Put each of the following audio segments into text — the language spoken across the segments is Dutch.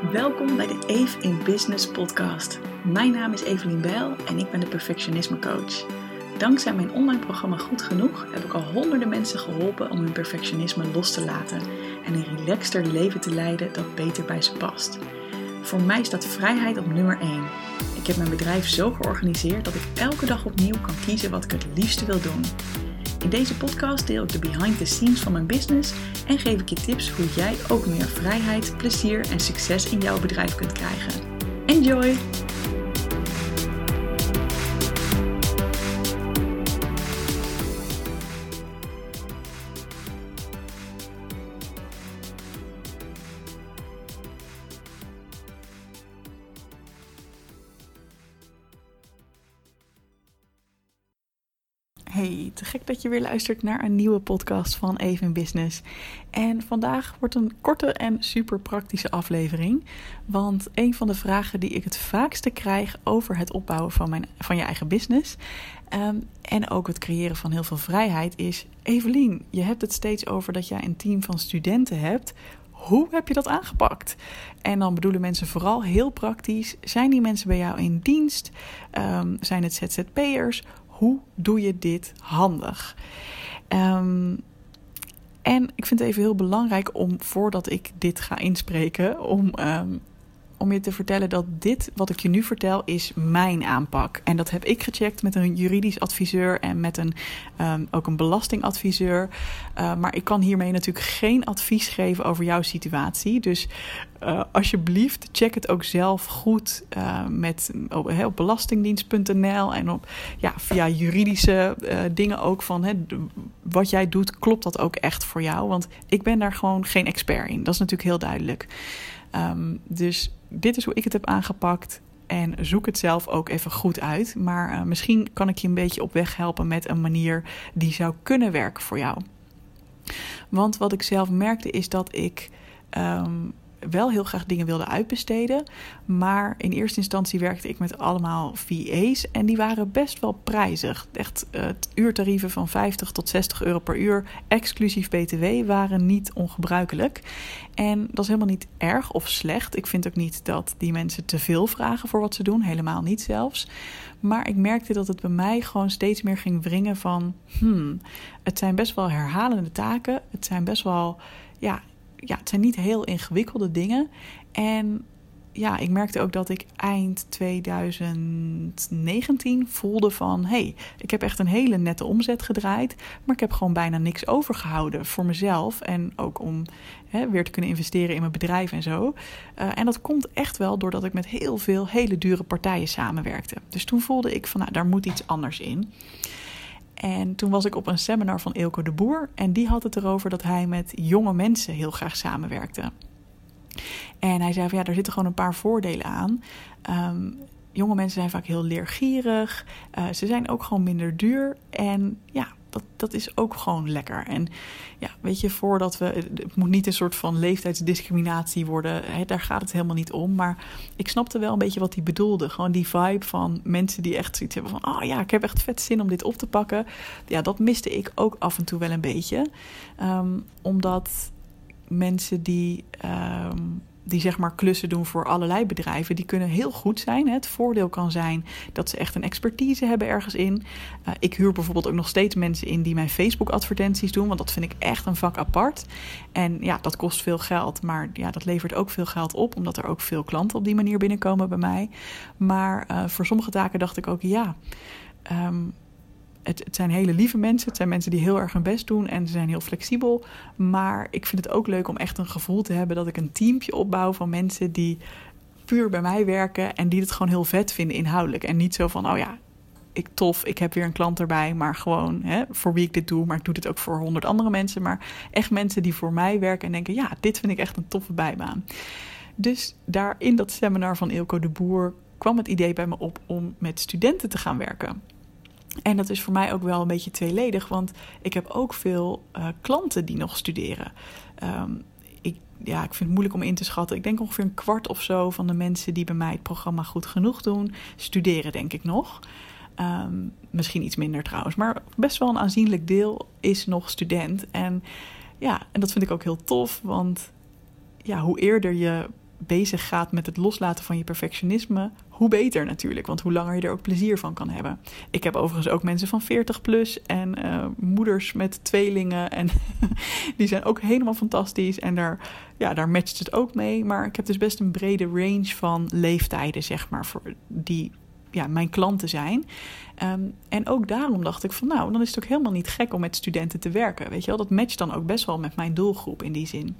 Welkom bij de Eve in Business podcast. Mijn naam is Evelien Bijl en ik ben de perfectionisme coach. Dankzij mijn online programma Goed Genoeg heb ik al honderden mensen geholpen om hun perfectionisme los te laten en een relaxter leven te leiden dat beter bij ze past. Voor mij staat vrijheid op nummer 1. Ik heb mijn bedrijf zo georganiseerd dat ik elke dag opnieuw kan kiezen wat ik het liefste wil doen. In deze podcast deel ik de behind the scenes van mijn business en geef ik je tips hoe jij ook meer vrijheid, plezier en succes in jouw bedrijf kunt krijgen. Enjoy! Hey, te gek dat je weer luistert naar een nieuwe podcast van Eve in Business. En vandaag wordt een korte en super praktische aflevering. Want een van de vragen die ik het vaakste krijg over het opbouwen van je eigen business en ook het creëren van heel veel vrijheid is: Evelien, je hebt het steeds over dat jij een team van studenten hebt. Hoe heb je dat aangepakt? En dan bedoelen mensen vooral heel praktisch. Zijn die mensen bij jou in dienst? Zijn het ZZP'ers? Hoe doe je dit handig? En ik vind het even heel belangrijk om, voordat ik dit ga inspreken, om je te vertellen dat dit wat ik je nu vertel is mijn aanpak. En dat heb ik gecheckt met een juridisch adviseur en met ook een belastingadviseur. Maar ik kan hiermee natuurlijk geen advies geven over jouw situatie. Dus alsjeblieft, check het ook zelf goed op belastingdienst.nl en via juridische dingen ook van wat jij doet, klopt dat ook echt voor jou? Want ik ben daar gewoon geen expert in. Dat is natuurlijk heel duidelijk. Dus dit is hoe ik het heb aangepakt en zoek het zelf ook even goed uit. Maar misschien kan ik je een beetje op weg helpen met een manier die zou kunnen werken voor jou. Want wat ik zelf merkte is dat ik wel heel graag dingen wilde uitbesteden. Maar in eerste instantie werkte ik met allemaal VA's en die waren best wel prijzig. Echt uurtarieven van 50 tot 60 euro per uur, exclusief BTW, waren niet ongebruikelijk. En dat is helemaal niet erg of slecht. Ik vind ook niet dat die mensen te veel vragen voor wat ze doen. Helemaal niet zelfs. Maar ik merkte dat het bij mij gewoon steeds meer ging wringen van het zijn best wel herhalende taken. Het zijn best wel het zijn niet heel ingewikkelde dingen. En ik merkte ook dat ik eind 2019 voelde van ik heb echt een hele nette omzet gedraaid, maar ik heb gewoon bijna niks overgehouden voor mezelf en ook om weer te kunnen investeren in mijn bedrijf en zo. En dat komt echt wel doordat ik met heel veel hele dure partijen samenwerkte. Dus toen voelde ik van daar moet iets anders in. En toen was ik op een seminar van Eelco de Boer en die had het erover dat hij met jonge mensen heel graag samenwerkte. En hij zei van daar zitten gewoon een paar voordelen aan. Jonge mensen zijn vaak heel leergierig. Ze zijn ook gewoon minder duur. En dat is ook gewoon lekker. En weet je, het moet niet een soort van leeftijdsdiscriminatie worden. Daar gaat het helemaal niet om. Maar ik snapte wel een beetje wat hij bedoelde. Gewoon die vibe van mensen die echt zoiets hebben van ik heb echt vet zin om dit op te pakken. Ja, dat miste ik ook af en toe wel een beetje. Omdat mensen die zeg maar klussen doen voor allerlei bedrijven, die kunnen heel goed zijn. Het voordeel kan zijn dat ze echt een expertise hebben ergens in. Ik huur bijvoorbeeld ook nog steeds mensen in die mijn Facebook advertenties doen, want dat vind ik echt een vak apart. En dat kost veel geld, maar dat levert ook veel geld op, omdat er ook veel klanten op die manier binnenkomen bij mij. Maar voor sommige taken dacht ik ook het zijn hele lieve mensen. Het zijn mensen die heel erg hun best doen en ze zijn heel flexibel. Maar ik vind het ook leuk om echt een gevoel te hebben dat ik een teampje opbouw van mensen die puur bij mij werken en die het gewoon heel vet vinden inhoudelijk. En niet zo van, ik heb weer een klant erbij, maar gewoon voor wie ik dit doe. Maar ik doe dit ook voor 100 andere mensen. Maar echt mensen die voor mij werken en denken, dit vind ik echt een toffe bijbaan. Dus daar in dat seminar van Eelco de Boer kwam het idee bij me op om met studenten te gaan werken. En dat is voor mij ook wel een beetje tweeledig, want ik heb ook veel klanten die nog studeren. Ik vind het moeilijk om in te schatten. Ik denk ongeveer 1/4 of zo van de mensen die bij mij het programma Goed Genoeg doen, studeren denk ik nog. Misschien iets minder trouwens, maar best wel een aanzienlijk deel is nog student. En dat vind ik ook heel tof, want hoe eerder je bezig gaat met het loslaten van je perfectionisme, hoe beter natuurlijk. Want hoe langer je er ook plezier van kan hebben. Ik heb overigens ook mensen van 40 plus en moeders met tweelingen. En die zijn ook helemaal fantastisch. En daar matcht het ook mee. Maar ik heb dus best een brede range van leeftijden, zeg maar, voor die mijn klanten zijn. En ook daarom dacht ik van dan is het ook helemaal niet gek om met studenten te werken. Weet je wel, dat matcht dan ook best wel met mijn doelgroep in die zin.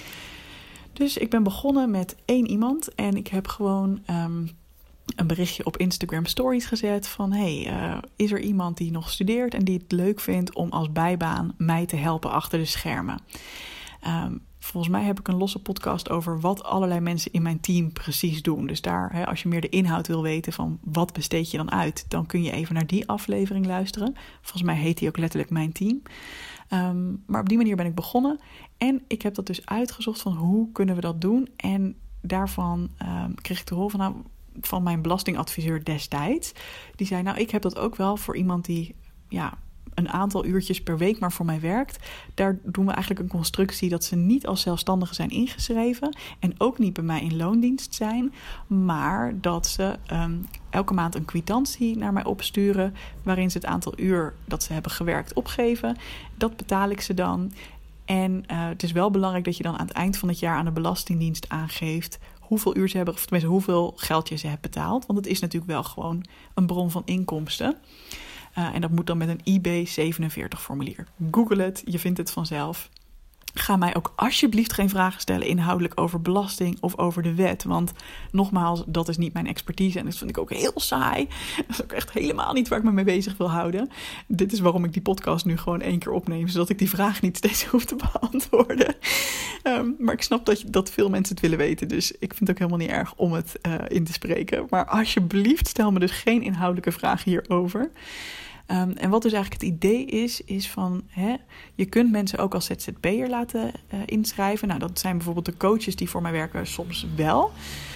Dus ik ben begonnen met 1 iemand en ik heb gewoon een berichtje op Instagram Stories gezet van is er iemand die nog studeert en die het leuk vindt om als bijbaan mij te helpen achter de schermen. Volgens mij heb ik een losse podcast over wat allerlei mensen in mijn team precies doen. Dus daar, als je meer de inhoud wil weten van wat besteed je dan uit, dan kun je even naar die aflevering luisteren. Volgens mij heet die ook letterlijk Mijn Team. Maar op die manier ben ik begonnen. En ik heb dat dus uitgezocht van hoe kunnen we dat doen. En daarvan kreeg ik te horen van mijn belastingadviseur destijds. Die zei, ik heb dat ook wel voor iemand die een aantal uurtjes per week maar voor mij werkt. Daar doen we eigenlijk een constructie dat ze niet als zelfstandigen zijn ingeschreven en ook niet bij mij in loondienst zijn, maar dat ze elke maand een kwitantie naar mij opsturen waarin ze het aantal uur dat ze hebben gewerkt opgeven. Dat betaal ik ze dan. En het is wel belangrijk dat je dan aan het eind van het jaar aan de Belastingdienst aangeeft hoeveel uur ze hebben, of tenminste hoeveel geld je ze hebt betaald. Want het is natuurlijk wel gewoon een bron van inkomsten. En dat moet dan met een IB47 formulier. Google het, je vindt het vanzelf. Ga mij ook alsjeblieft geen vragen stellen inhoudelijk over belasting of over de wet. Want nogmaals, dat is niet mijn expertise en dat vind ik ook heel saai. Dat is ook echt helemaal niet waar ik me mee bezig wil houden. Dit is waarom ik die podcast nu gewoon 1 keer opneem, zodat ik die vraag niet steeds hoef te beantwoorden. Maar ik snap dat veel mensen het willen weten. Dus ik vind het ook helemaal niet erg om het in te spreken. Maar alsjeblieft, stel me dus geen inhoudelijke vragen hierover. En wat dus eigenlijk het idee is van, je kunt mensen ook als ZZP'er laten inschrijven. Nou, dat zijn bijvoorbeeld de coaches die voor mij werken soms wel.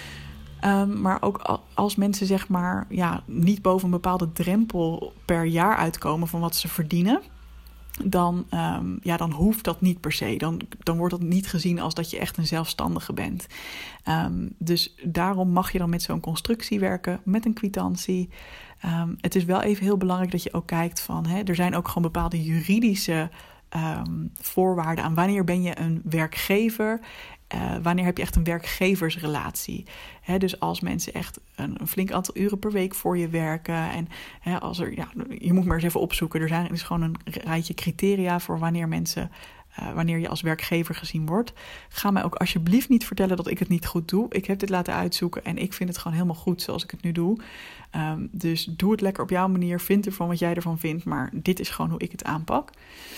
Maar ook als mensen zeg maar niet boven een bepaalde drempel per jaar uitkomen van wat ze verdienen, dan hoeft dat niet per se. Dan wordt dat niet gezien als dat je echt een zelfstandige bent. Dus daarom mag je dan met zo'n constructie werken, met een kwitantie. Het is wel even heel belangrijk dat je ook kijkt van, er zijn ook gewoon bepaalde juridische voorwaarden aan wanneer ben je een werkgever. Wanneer heb je echt een werkgeversrelatie? Dus als mensen echt een flink aantal uren per week voor je werken. En als je moet maar eens even opzoeken. Er is gewoon een rijtje criteria voor wanneer je als werkgever gezien wordt. Ga mij ook alsjeblieft niet vertellen dat ik het niet goed doe. Ik heb dit laten uitzoeken en ik vind het gewoon helemaal goed zoals ik het nu doe. Dus doe het lekker op jouw manier. Vind ervan wat jij ervan vindt. Maar dit is gewoon hoe ik het aanpak.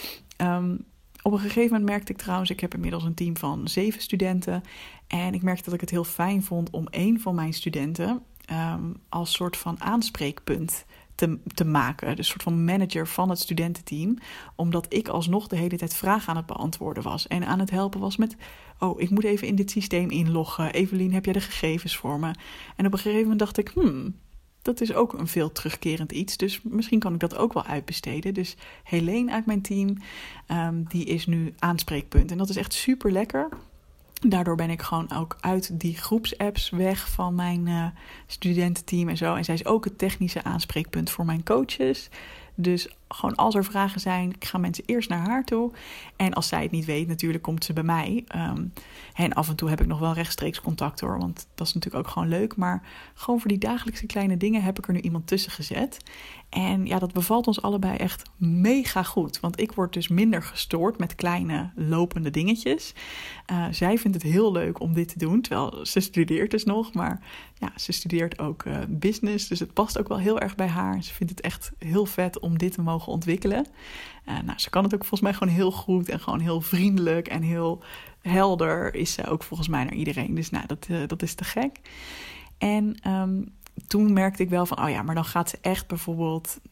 Op een gegeven moment merkte ik trouwens, ik heb inmiddels een team van 7 studenten. En ik merkte dat ik het heel fijn vond om 1 van mijn studenten als soort van aanspreekpunt te maken. Dus een soort van manager van het studententeam. Omdat ik alsnog de hele tijd vragen aan het beantwoorden was. En aan het helpen was met, ik moet even in dit systeem inloggen. Evelien, heb jij de gegevens voor me? En op een gegeven moment dacht ik, dat is ook een veel terugkerend iets. Dus misschien kan ik dat ook wel uitbesteden. Dus Helene uit mijn team, die is nu aanspreekpunt. En dat is echt super lekker. Daardoor ben ik gewoon ook uit die groepsapps weg van mijn studententeam en zo. En zij is ook het technische aanspreekpunt voor mijn coaches. Dus gewoon als er vragen zijn, gaan mensen eerst naar haar toe. En als zij het niet weet, natuurlijk komt ze bij mij. En af en toe heb ik nog wel rechtstreeks contact hoor. Want dat is natuurlijk ook gewoon leuk. Maar gewoon voor die dagelijkse kleine dingen heb ik er nu iemand tussen gezet. En dat bevalt ons allebei echt mega goed. Want ik word dus minder gestoord met kleine lopende dingetjes. Zij vindt het heel leuk om dit te doen. Terwijl ze studeert dus nog. Maar ze studeert ook business. Dus het past ook wel heel erg bij haar. Ze vindt het echt heel vet om dit te mogen ontwikkelen. Ze kan het ook volgens mij gewoon heel goed. En gewoon heel vriendelijk en heel helder is ze ook volgens mij naar iedereen. Dus dat is te gek. En toen merkte ik wel van, maar dan gaat ze echt bijvoorbeeld,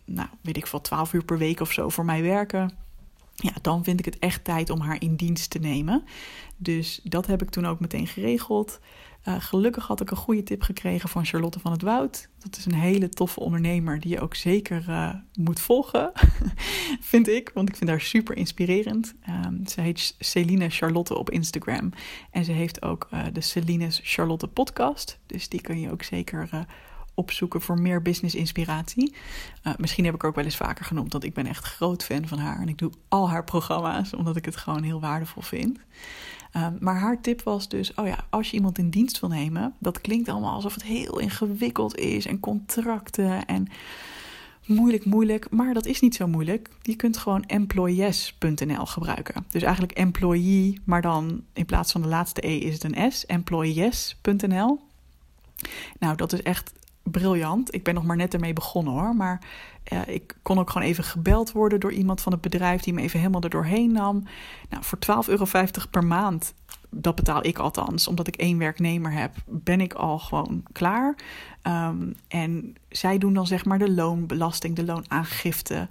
12 uur per week of zo voor mij werken. Ja, dan vind ik het echt tijd om haar in dienst te nemen. Dus dat heb ik toen ook meteen geregeld. Gelukkig had ik een goede tip gekregen van Charlotte van het Woud. Dat is een hele toffe ondernemer die je ook zeker moet volgen, vind ik. Want ik vind haar super inspirerend. Ze heet Celine Charlotte op Instagram. En ze heeft ook de Celine's Charlotte podcast. Dus die kun je ook zeker opzoeken voor meer business inspiratie. Misschien heb ik haar ook wel eens vaker genoemd, want ik ben echt groot fan van haar. En ik doe al haar programma's, omdat ik het gewoon heel waardevol vind. Maar haar tip was dus, als je iemand in dienst wil nemen, dat klinkt allemaal alsof het heel ingewikkeld is en contracten en moeilijk. Maar dat is niet zo moeilijk. Je kunt gewoon employees.nl gebruiken. Dus eigenlijk employee, maar dan in plaats van de laatste E is het een S. Employees.nl. Nou, dat is echt briljant. Ik ben nog maar net ermee begonnen hoor. Maar ik kon ook gewoon even gebeld worden door iemand van het bedrijf die me even helemaal er doorheen nam. Nou, voor €12,50 per maand, dat betaal ik althans, omdat ik 1 werknemer heb, ben ik al gewoon klaar. En zij doen dan zeg maar de loonbelasting, de loonaangifte.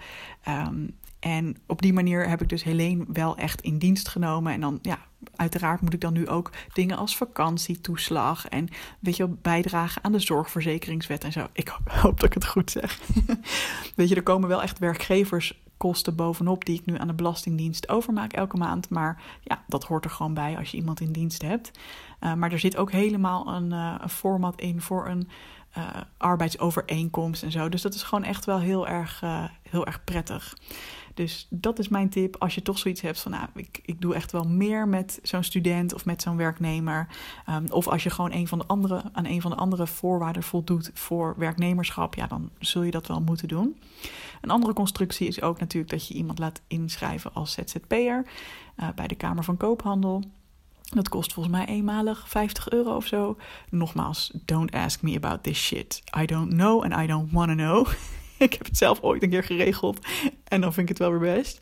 En op die manier heb ik dus Helene wel echt in dienst genomen. En dan, uiteraard moet ik dan nu ook dingen als vakantietoeslag en bijdragen aan de zorgverzekeringswet en zo. Ik hoop dat ik het goed zeg. Er komen wel echt werkgeverskosten bovenop die ik nu aan de Belastingdienst overmaak elke maand. Maar ja, dat hoort er gewoon bij als je iemand in dienst hebt. Maar er zit ook helemaal een format in voor een arbeidsovereenkomst en zo. Dus dat is gewoon echt wel heel erg prettig. Dus dat is mijn tip. Als je toch zoiets hebt van, ik doe echt wel meer met zo'n student of met zo'n werknemer. Of als je gewoon aan een van de andere voorwaarden voldoet voor werknemerschap, dan zul je dat wel moeten doen. Een andere constructie is ook natuurlijk dat je iemand laat inschrijven als ZZP'er bij de Kamer van Koophandel. Dat kost volgens mij eenmalig €50 of zo. Nogmaals, don't ask me about this shit. I don't know and I don't want to know. Ik heb het zelf ooit een keer geregeld en dan vind ik het wel weer best.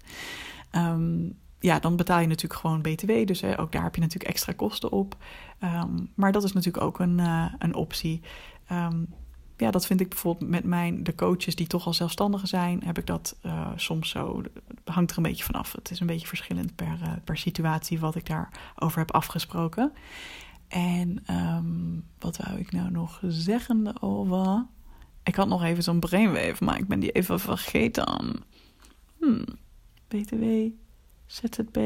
Dan betaal je natuurlijk gewoon BTW. Dus ook daar heb je natuurlijk extra kosten op. Maar dat is natuurlijk ook een optie. Dat vind ik bijvoorbeeld met de coaches die toch al zelfstandigen zijn, heb ik dat soms zo. Hangt er een beetje vanaf. Het is een beetje verschillend per situatie wat ik daarover heb afgesproken. En wat wou ik nou nog zeggen over? Ik had nog even zo'n brainwave, maar ik ben die even vergeten. BTW, ZZP.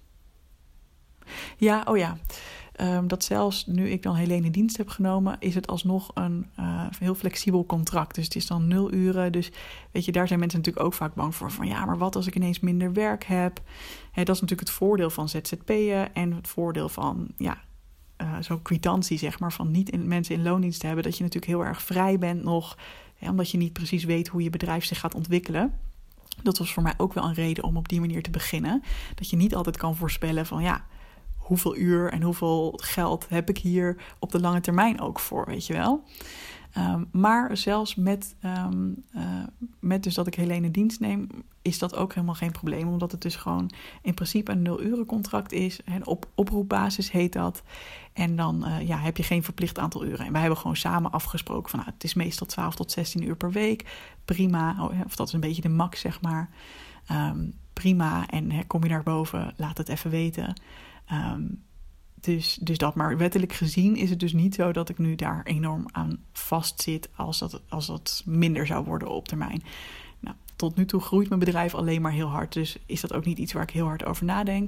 Dat zelfs nu ik dan Helene in dienst heb genomen, is het alsnog een heel flexibel contract. Dus het is dan 0 uren. Dus daar zijn mensen natuurlijk ook vaak bang voor. Van maar wat als ik ineens minder werk heb? Dat is natuurlijk het voordeel van ZZP'en en het voordeel van zo'n kwitantie, zeg maar, van niet mensen in loondienst te hebben, dat je natuurlijk heel erg vrij bent nog, omdat je niet precies weet hoe je bedrijf zich gaat ontwikkelen. Dat was voor mij ook wel een reden om op die manier te beginnen. Dat je niet altijd kan voorspellen van hoeveel uur en hoeveel geld heb ik hier op de lange termijn ook voor, weet je wel. Maar zelfs met dus dat ik Helene in dienst neem, is dat ook helemaal geen probleem. Omdat het dus gewoon in principe een 0-uren contract is. En op oproepbasis heet dat. En dan heb je geen verplicht aantal uren. En wij hebben gewoon samen afgesproken van het is meestal 12 tot 16 uur per week. Prima, of dat is een beetje de max, zeg maar. Prima, en kom je naar boven, laat het even weten. Dus dat, maar wettelijk gezien is het dus niet zo dat ik nu daar enorm aan vastzit als dat minder zou worden op termijn. Nou, tot nu toe groeit mijn bedrijf alleen maar heel hard, dus is dat ook niet iets waar ik heel hard over nadenk.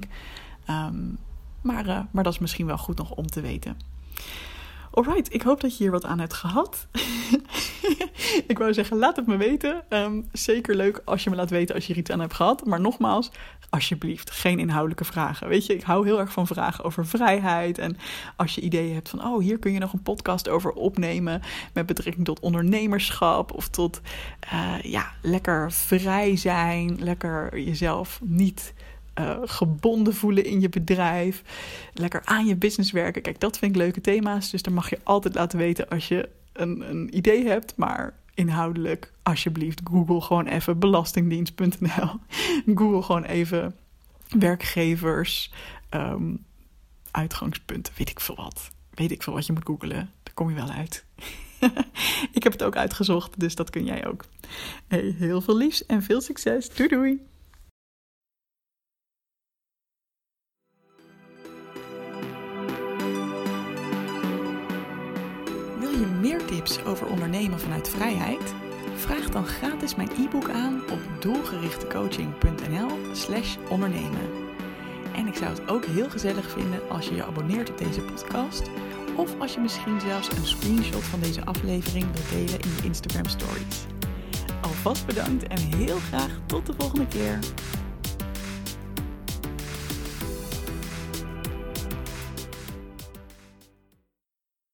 Maar dat is misschien wel goed nog om te weten. Alright, ik hoop dat je hier wat aan hebt gehad. Ik wou zeggen, laat het me weten. Zeker leuk als je me laat weten als je er iets aan hebt gehad. Maar nogmaals, alsjeblieft, geen inhoudelijke vragen. Weet je, ik hou heel erg van vragen over vrijheid. En als je ideeën hebt van, hier kun je nog een podcast over opnemen met betrekking tot ondernemerschap of tot lekker vrij zijn, lekker jezelf niet gebonden voelen in je bedrijf, lekker aan je business werken. Kijk, dat vind ik leuke thema's, dus dan mag je altijd laten weten als je een idee hebt, maar inhoudelijk, alsjeblieft, Google gewoon even belastingdienst.nl. Google gewoon even werkgevers, uitgangspunten, weet ik veel wat je moet googlen. Daar kom je wel uit. Ik heb het ook uitgezocht, dus dat kun jij ook. Hey, heel veel liefs en veel succes. Doei doei! tips over ondernemen vanuit vrijheid? Vraag dan gratis mijn e-book aan op doelgerichtecoaching.nl/ondernemen. En ik zou het ook heel gezellig vinden als je je abonneert op deze podcast. Of als je misschien zelfs een screenshot van deze aflevering wilt delen in je Instagram stories. Alvast bedankt en heel graag tot de volgende keer.